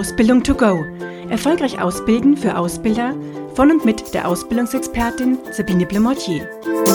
Ausbildung to go. Erfolgreich ausbilden für Ausbilder von und mit der Ausbildungsexpertin Sabine Blemortier.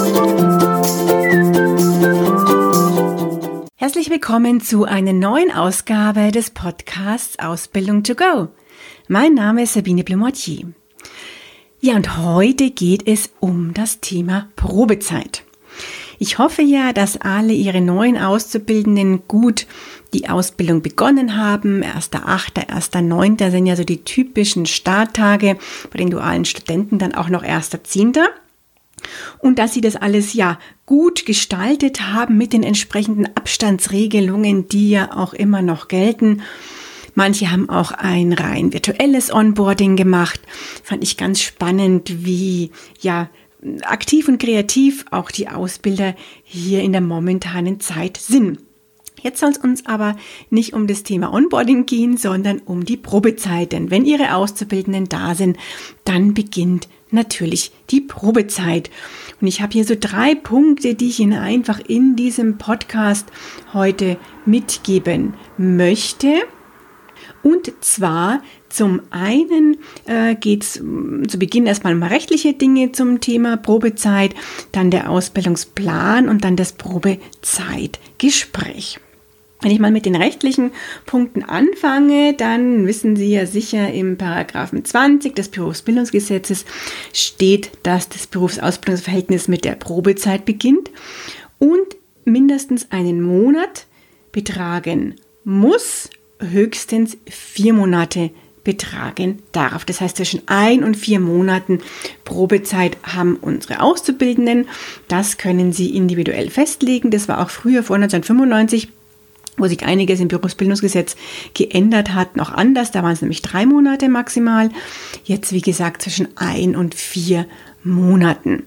Herzlich willkommen zu einer neuen Ausgabe des Podcasts Ausbildung to go. Mein Name ist Sabine Blemortier. Ja, und heute geht es um das Thema Probezeit. Ich hoffe ja, dass alle Ihre neuen Auszubildenden gut die Ausbildung begonnen haben. 1.8., 1.9. sind ja so die typischen Starttage, bei den dualen Studenten dann auch noch 1.10. Und dass Sie das alles ja gut gestaltet haben mit den entsprechenden Abstandsregelungen, die ja auch immer noch gelten. Manche haben auch ein rein virtuelles Onboarding gemacht. Fand ich ganz spannend, wie aktiv und kreativ auch die Ausbilder hier in der momentanen Zeit sind. Jetzt soll es uns aber nicht um das Thema Onboarding gehen, sondern um die Probezeit. Denn wenn Ihre Auszubildenden da sind, dann beginnt natürlich die Probezeit. Und ich habe hier so 3 Punkte, die ich Ihnen einfach in diesem Podcast heute mitgeben möchte. Und zwar zum einen geht es zu Beginn erstmal um rechtliche Dinge zum Thema Probezeit, dann der Ausbildungsplan und dann das Probezeitgespräch. Wenn ich mal mit den rechtlichen Punkten anfange, dann wissen Sie ja sicher, im Paragraphen 20 des Berufsbildungsgesetzes steht, dass das Berufsausbildungsverhältnis mit der Probezeit beginnt und mindestens einen Monat betragen muss, höchstens 4 Monate betragen darf. Das heißt, zwischen 1 und 4 Monaten Probezeit haben unsere Auszubildenden. Das können Sie individuell festlegen. Das war auch früher vor 1995, wo sich einiges im Berufsbildungsgesetz geändert hat, noch anders. Da waren es nämlich 3 Monate maximal. Jetzt, wie gesagt, zwischen 1 und 4 Monaten.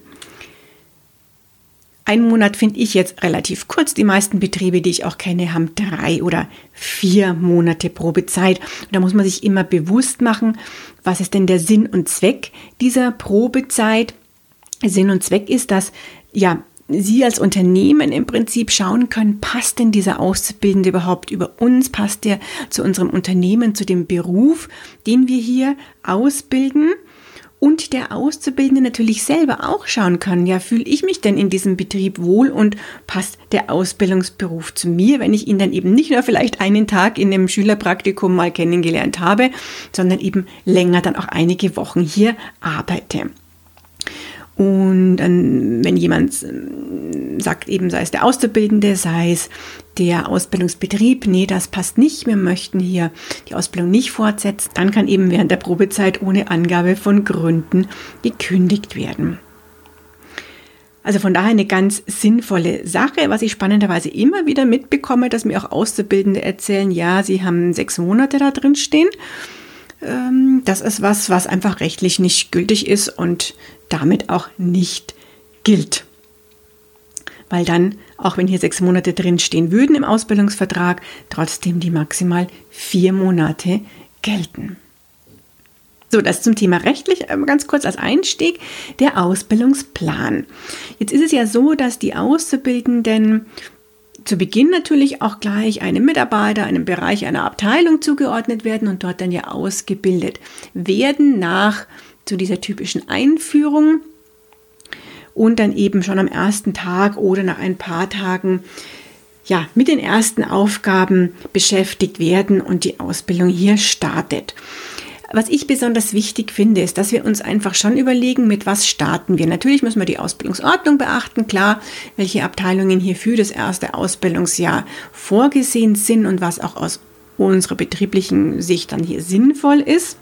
1 Monat finde ich jetzt relativ kurz. Die meisten Betriebe, die ich auch kenne, haben 3 oder 4 Monate Probezeit. Und da muss man sich immer bewusst machen, was ist denn der Sinn und Zweck dieser Probezeit? Sinn und Zweck ist, dass Sie als Unternehmen im Prinzip schauen können, passt denn dieser Auszubildende überhaupt über uns? Passt der zu unserem Unternehmen, zu dem Beruf, den wir hier ausbilden? Und der Auszubildende natürlich selber auch schauen kann, fühle ich mich denn in diesem Betrieb wohl und passt der Ausbildungsberuf zu mir, wenn ich ihn dann eben nicht nur vielleicht einen Tag in einem Schülerpraktikum mal kennengelernt habe, sondern eben länger dann auch einige Wochen hier arbeite. Und dann, wenn jemand sagt, eben sei es der Auszubildende, sei es der Ausbildungsbetrieb, nee, das passt nicht, wir möchten hier die Ausbildung nicht fortsetzen, dann kann eben während der Probezeit ohne Angabe von Gründen gekündigt werden. Also von daher eine ganz sinnvolle Sache, was ich spannenderweise immer wieder mitbekomme, dass mir auch Auszubildende erzählen, sie haben 6 Monate da drin stehen. Das ist was einfach rechtlich nicht gültig ist und damit auch nicht gilt. Weil dann, auch wenn hier 6 Monate drin stehen würden im Ausbildungsvertrag, trotzdem die maximal 4 Monate gelten. So, das zum Thema rechtlich, ganz kurz als Einstieg, der Ausbildungsplan. Jetzt ist es ja so, dass die Auszubildenden zu Beginn natürlich auch gleich einem Mitarbeiter, einem Bereich, einer Abteilung zugeordnet werden und dort dann ausgebildet werden nach zu dieser typischen Einführung und dann eben schon am ersten Tag oder nach ein paar Tagen mit den ersten Aufgaben beschäftigt werden und die Ausbildung hier startet. Was ich besonders wichtig finde, ist, dass wir uns einfach schon überlegen, mit was starten wir. Natürlich müssen wir die Ausbildungsordnung beachten, klar, welche Abteilungen hier für das erste Ausbildungsjahr vorgesehen sind und was auch aus unserer betrieblichen Sicht dann hier sinnvoll ist.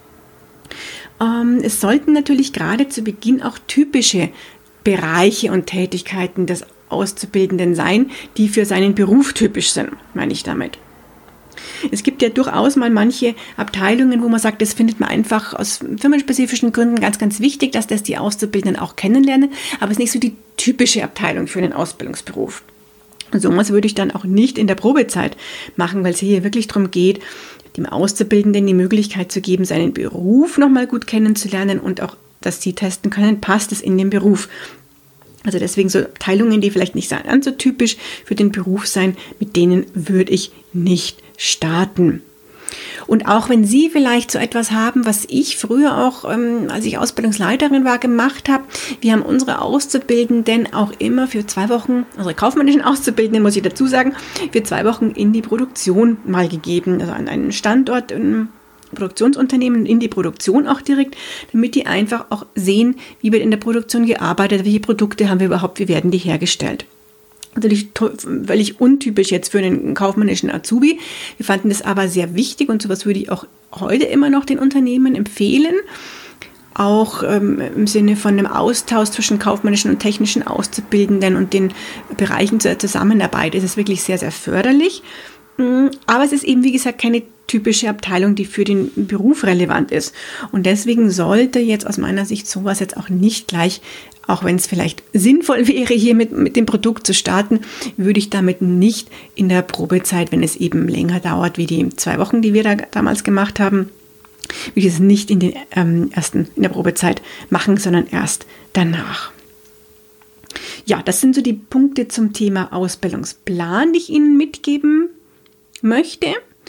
Es sollten natürlich gerade zu Beginn auch typische Bereiche und Tätigkeiten des Auszubildenden sein, die für seinen Beruf typisch sind, meine ich damit. Es gibt ja durchaus mal manche Abteilungen, wo man sagt, das findet man einfach aus firmenspezifischen Gründen ganz, ganz wichtig, dass das die Auszubildenden auch kennenlernen, aber es ist nicht so die typische Abteilung für einen Ausbildungsberuf. Und so was würde ich dann auch nicht in der Probezeit machen, weil es hier wirklich darum geht, dem Auszubildenden die Möglichkeit zu geben, seinen Beruf nochmal gut kennenzulernen und auch, dass sie testen können, passt es in den Beruf. Also deswegen so Abteilungen, die vielleicht nicht ganz so typisch für den Beruf sein, mit denen würde ich nicht starten. Und auch wenn Sie vielleicht so etwas haben, was ich früher auch, als ich Ausbildungsleiterin war, gemacht habe, wir haben unsere Auszubildenden auch immer für 2 Wochen, unsere kaufmännischen Auszubildenden, muss ich dazu sagen, für 2 Wochen in die Produktion mal gegeben, also an einen Standort, Produktionsunternehmen, in die Produktion auch direkt, damit die einfach auch sehen, wie wird in der Produktion gearbeitet, welche Produkte haben wir überhaupt, wie werden die hergestellt. Natürlich völlig untypisch jetzt für einen kaufmännischen Azubi. Wir fanden das aber sehr wichtig und sowas würde ich auch heute immer noch den Unternehmen empfehlen. Auch im Sinne von einem Austausch zwischen kaufmännischen und technischen Auszubildenden und den Bereichen zur Zusammenarbeit ist es wirklich sehr, sehr förderlich. Aber es ist eben, wie gesagt, keine typische Abteilung, die für den Beruf relevant ist. Und deswegen sollte jetzt aus meiner Sicht sowas jetzt auch nicht gleich, auch wenn es vielleicht sinnvoll wäre, hier mit dem Produkt zu starten, würde ich damit nicht in der Probezeit, wenn es eben länger dauert, wie die 2 Wochen, die wir da damals gemacht haben, würde ich es nicht in der Probezeit machen, sondern erst danach. Ja, das sind so die Punkte zum Thema Ausbildungsplan, die ich Ihnen mitgeben möchte.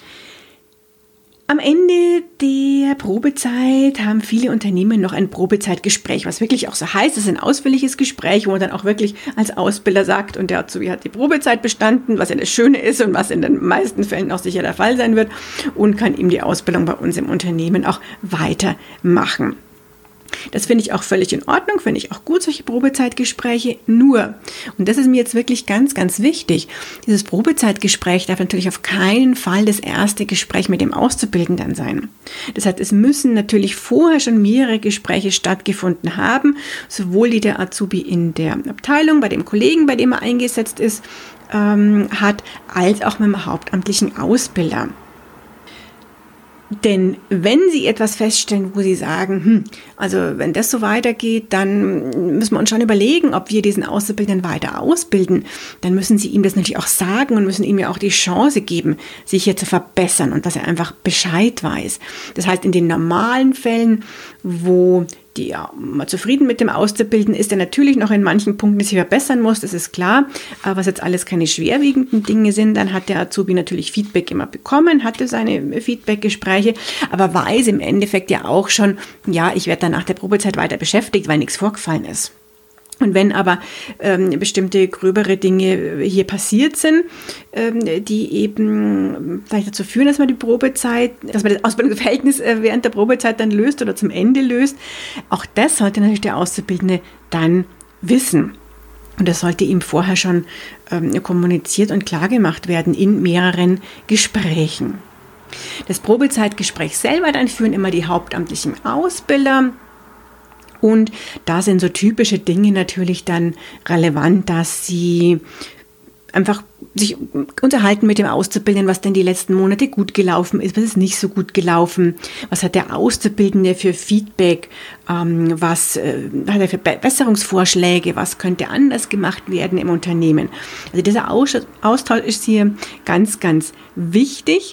Am Ende der Probezeit haben viele Unternehmen noch ein Probezeitgespräch, was wirklich auch so heißt, es ist ein ausführliches Gespräch, wo man dann auch wirklich als Ausbilder sagt, und der Azubi hat die Probezeit bestanden, was ja das Schöne ist und was in den meisten Fällen auch sicher der Fall sein wird, und kann ihm die Ausbildung bei uns im Unternehmen auch weitermachen. Das finde ich auch völlig in Ordnung, finde ich auch gut, solche Probezeitgespräche. Nur, und das ist mir jetzt wirklich ganz, ganz wichtig, dieses Probezeitgespräch darf natürlich auf keinen Fall das erste Gespräch mit dem Auszubildenden sein. Das heißt, es müssen natürlich vorher schon mehrere Gespräche stattgefunden haben, sowohl die der Azubi in der Abteilung, bei dem Kollegen, bei dem er eingesetzt ist, hat, als auch mit dem hauptamtlichen Ausbilder. Denn wenn Sie etwas feststellen, wo Sie sagen, also wenn das so weitergeht, dann müssen wir uns schon überlegen, ob wir diesen Auszubildenden weiter ausbilden, dann müssen Sie ihm das natürlich auch sagen und müssen ihm ja auch die Chance geben, sich hier zu verbessern und dass er einfach Bescheid weiß. Das heißt, in den normalen Fällen, wo die mal zufrieden mit dem Auszubilden ist, der natürlich noch in manchen Punkten sich verbessern muss, das ist klar, aber was jetzt alles keine schwerwiegenden Dinge sind, dann hat der Azubi natürlich Feedback immer bekommen, hatte seine Feedbackgespräche, aber weiß im Endeffekt ja auch schon, ja, ich werde dann nach der Probezeit weiter beschäftigt, weil nichts vorgefallen ist. Und wenn aber bestimmte gröbere Dinge hier passiert sind, die eben vielleicht dazu führen, dass man die Probezeit, dass man das Ausbildungsverhältnis während der Probezeit dann löst oder zum Ende löst, auch das sollte natürlich der Auszubildende dann wissen. Und das sollte ihm vorher schon kommuniziert und klar gemacht werden in mehreren Gesprächen. Das Probezeitgespräch selber dann führen immer die hauptamtlichen Ausbilder. Und da sind so typische Dinge natürlich dann relevant, dass Sie einfach sich unterhalten mit dem Auszubildenden, was denn die letzten Monate gut gelaufen ist, was ist nicht so gut gelaufen, was hat der Auszubildende für Feedback, was hat er für Verbesserungsvorschläge, was könnte anders gemacht werden im Unternehmen. Also dieser Austausch ist hier ganz, ganz wichtig.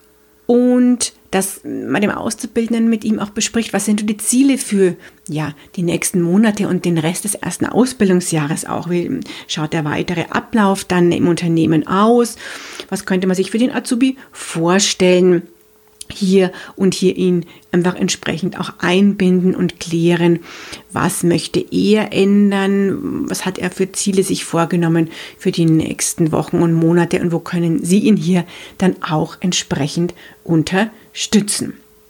Und dass man dem Auszubildenden mit ihm auch bespricht, was sind die Ziele für die nächsten Monate und den Rest des ersten Ausbildungsjahres auch. Wie schaut der weitere Ablauf dann im Unternehmen aus? Was könnte man sich für den Azubi vorstellen? Hier ihn einfach entsprechend auch einbinden und klären, was möchte er ändern, was hat er für Ziele sich vorgenommen für die nächsten Wochen und Monate und wo können Sie ihn hier dann auch entsprechend unterstützen.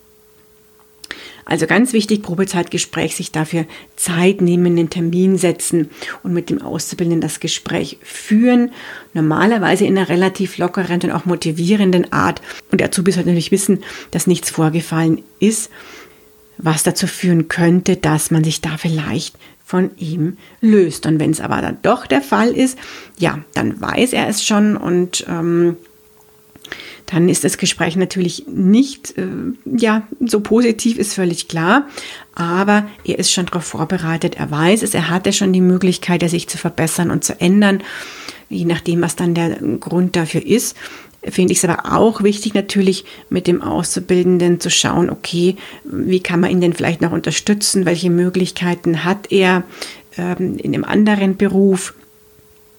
Also ganz wichtig, Probezeitgespräch, sich dafür Zeit nehmen, einen Termin setzen und mit dem Auszubildenden das Gespräch führen. Normalerweise in einer relativ lockeren und auch motivierenden Art. Und der Azubi sollte natürlich wissen, dass nichts vorgefallen ist, was dazu führen könnte, dass man sich da vielleicht von ihm löst. Und wenn es aber dann doch der Fall ist, dann weiß er es schon und dann ist das Gespräch natürlich nicht so positiv, ist völlig klar, aber er ist schon darauf vorbereitet, er weiß es, er hatte schon die Möglichkeit, sich zu verbessern und zu ändern, je nachdem, was dann der Grund dafür ist. Finde ich es aber auch wichtig, natürlich mit dem Auszubildenden zu schauen, okay, wie kann man ihn denn vielleicht noch unterstützen, welche Möglichkeiten hat er in einem anderen Beruf.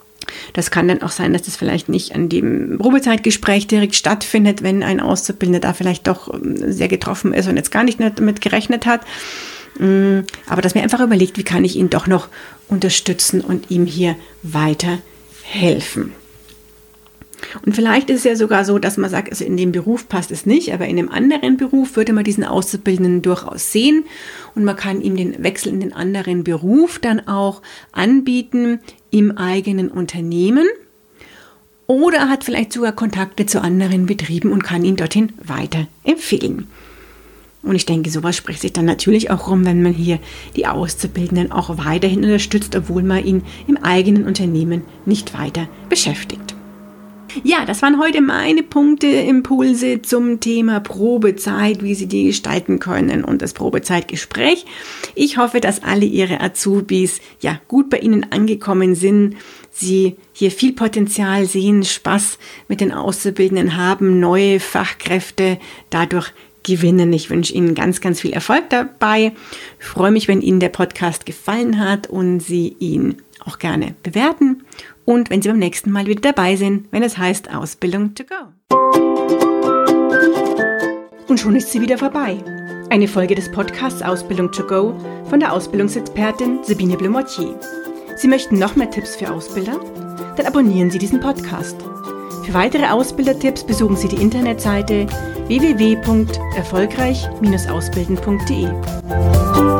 Das kann dann auch sein, dass das vielleicht nicht an dem Probezeitgespräch direkt stattfindet, wenn ein Auszubildender da vielleicht doch sehr getroffen ist und jetzt gar nicht damit gerechnet hat. Aber dass mir einfach überlegt, wie kann ich ihn doch noch unterstützen und ihm hier weiterhelfen. Und vielleicht ist es ja sogar so, dass man sagt, also in dem Beruf passt es nicht, aber in einem anderen Beruf würde man diesen Auszubildenden durchaus sehen und man kann ihm den Wechsel in den anderen Beruf dann auch anbieten im eigenen Unternehmen oder hat vielleicht sogar Kontakte zu anderen Betrieben und kann ihn dorthin weiterempfehlen. Und ich denke, sowas spricht sich dann natürlich auch rum, wenn man hier die Auszubildenden auch weiterhin unterstützt, obwohl man ihn im eigenen Unternehmen nicht weiter beschäftigt. Ja, das waren heute meine Punkte, Impulse zum Thema Probezeit, wie Sie die gestalten können und das Probezeitgespräch. Ich hoffe, dass alle Ihre Azubis gut bei Ihnen angekommen sind, Sie hier viel Potenzial sehen, Spaß mit den Auszubildenden haben, neue Fachkräfte dadurch gewinnen. Ich wünsche Ihnen ganz, ganz viel Erfolg dabei. Ich freue mich, wenn Ihnen der Podcast gefallen hat und Sie ihn auch gerne bewerten. Und wenn Sie beim nächsten Mal wieder dabei sind, wenn es heißt Ausbildung to go. Und schon ist sie wieder vorbei. Eine Folge des Podcasts Ausbildung to go von der Ausbildungsexpertin Sabine Blumortier. Sie möchten noch mehr Tipps für Ausbilder? Dann abonnieren Sie diesen Podcast. Für weitere Ausbildertipps besuchen Sie die Internetseite www.erfolgreich-ausbilden.de.